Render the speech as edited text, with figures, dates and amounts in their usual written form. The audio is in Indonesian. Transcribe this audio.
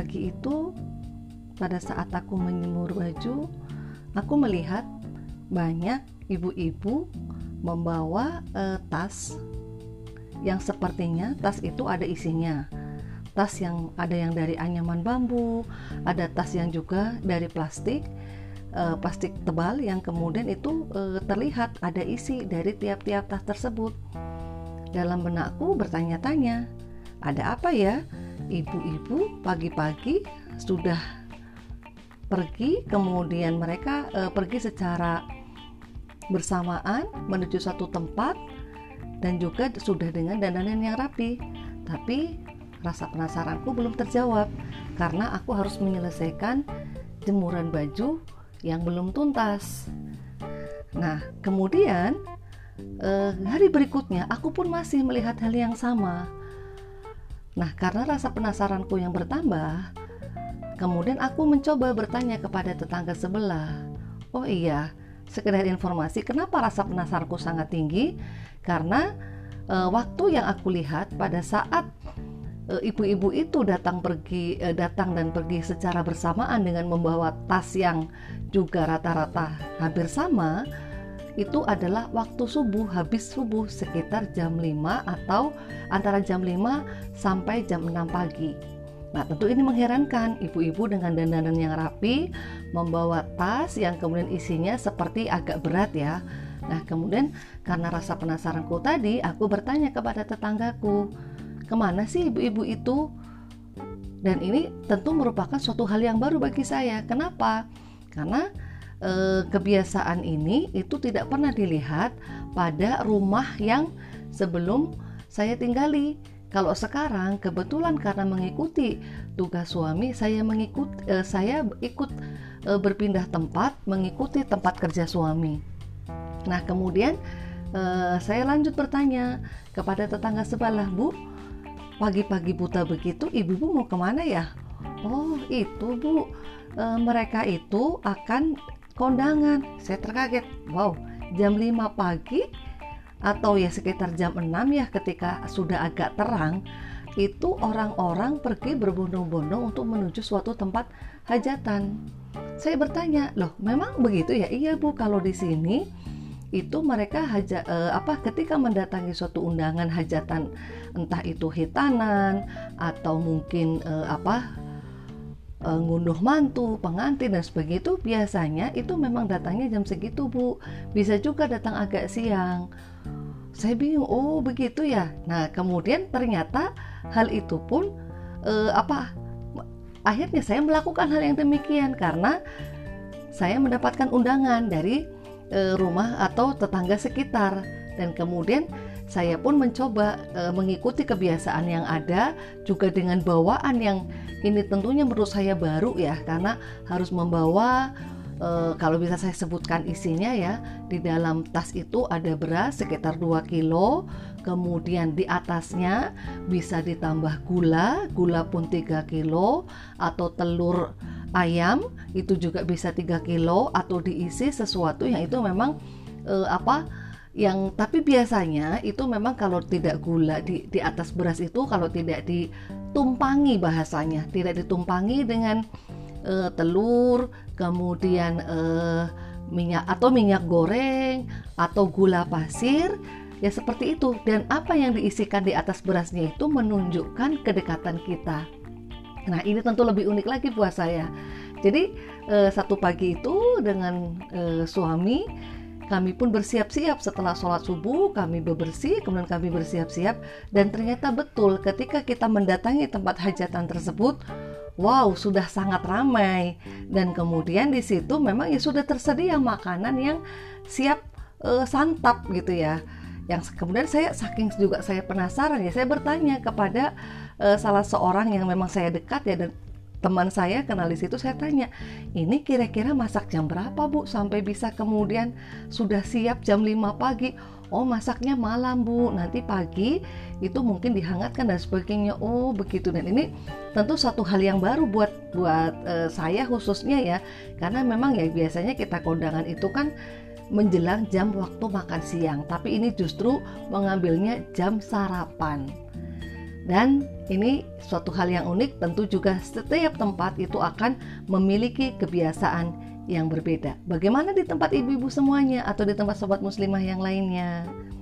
pagi itu pada saat aku menjemur baju, aku melihat banyak ibu-ibu membawa tas yang sepertinya tas itu ada isinya. Tas yang ada yang dari anyaman bambu, ada tas yang juga dari plastik tebal yang kemudian itu terlihat ada isi dari tiap-tiap tas tersebut. Dalam benakku bertanya-tanya, ada apa ya? Ibu-ibu pagi-pagi sudah pergi, kemudian mereka pergi secara bersamaan menuju satu tempat dan juga sudah dengan dandanan yang rapi. Tapi rasa penasaranku belum terjawab karena aku harus menyelesaikan jemuran baju yang belum tuntas. Nah, kemudian hari berikutnya aku pun masih melihat hal yang sama. Nah, karena rasa penasaranku yang bertambah, kemudian aku mencoba bertanya kepada tetangga sebelah. Oh iya, sekedar informasi, kenapa rasa penasaranku sangat tinggi? Karena waktu yang aku lihat pada saat ibu-ibu itu datang dan pergi secara bersamaan dengan membawa tas yang juga rata-rata hampir sama, itu adalah waktu subuh, habis subuh sekitar jam 5 atau antara jam 5 sampai jam 6 pagi. Nah, tentu ini mengherankan, ibu-ibu dengan dandanan yang rapi membawa tas yang kemudian isinya seperti agak berat ya. Nah, kemudian karena rasa penasaranku tadi, aku bertanya kepada tetanggaku, kemana sih ibu-ibu itu? Dan ini tentu merupakan suatu hal yang baru bagi saya. Kenapa? Karena kebiasaan ini itu tidak pernah dilihat pada rumah yang sebelum saya tinggali. Kalau sekarang kebetulan karena mengikuti tugas suami, saya ikut berpindah tempat mengikuti tempat kerja suami. Nah, kemudian saya lanjut bertanya kepada tetangga sebelah, Bu, pagi-pagi buta begitu ibu-ibu mau kemana ya? Oh, itu Bu, mereka itu akan kondangan. Saya terkaget, wow, jam 5 pagi atau ya sekitar jam 6 ya, ketika sudah agak terang, itu orang-orang pergi berbondong-bondong untuk menuju suatu tempat hajatan. Saya bertanya, loh memang begitu ya? Iya Bu, kalau di sini itu mereka ketika mendatangi suatu undangan hajatan, entah itu hitanan atau mungkin ngunduh mantu, pengantin dan sebagainya, itu biasanya itu memang datangnya jam segitu Bu, bisa juga datang agak siang. Saya bingung, oh begitu ya. Nah, kemudian ternyata hal itu pun akhirnya saya melakukan hal yang demikian karena saya mendapatkan undangan dari rumah atau tetangga sekitar, dan kemudian saya pun mencoba mengikuti kebiasaan yang ada juga dengan bawaan yang ini tentunya menurut saya baru ya, karena harus membawa kalau bisa saya sebutkan isinya ya, di dalam tas itu ada beras sekitar 2 kilo, kemudian di atasnya bisa ditambah gula pun 3 kilo, atau telur ayam itu juga bisa 3 kilo, atau diisi sesuatu yang itu memang tapi biasanya itu memang kalau tidak gula di atas beras itu, kalau tidak ditumpangi, bahasanya tidak ditumpangi dengan telur, kemudian minyak goreng atau gula pasir ya, seperti itu. Dan apa yang diisikan di atas berasnya itu menunjukkan kedekatan kita. Nah, ini tentu lebih unik lagi buat saya. Jadi satu pagi itu dengan suami, kami pun bersiap-siap setelah sholat subuh, kami bebersih, kemudian kami bersiap-siap, dan ternyata betul ketika kita mendatangi tempat hajatan tersebut, wow, sudah sangat ramai, dan kemudian di situ memang ya sudah tersedia makanan yang siap santap gitu ya. Yang kemudian saking juga saya penasaran ya, saya bertanya kepada salah seorang yang memang saya dekat ya, dan teman saya kenal di situ. Saya tanya, ini kira-kira masak jam berapa Bu sampai bisa kemudian sudah siap jam 5 pagi? Oh, masaknya malam Bu, nanti pagi itu mungkin dihangatkan dan sebagainya. Oh begitu. Dan ini tentu satu hal yang baru buat saya khususnya ya, karena memang ya biasanya kita kondangan itu kan menjelang jam waktu makan siang, tapi ini justru mengambilnya jam sarapan. Dan ini suatu hal yang unik, tentu juga setiap tempat itu akan memiliki kebiasaan yang berbeda. Bagaimana di tempat ibu-ibu semuanya atau di tempat sobat muslimah yang lainnya?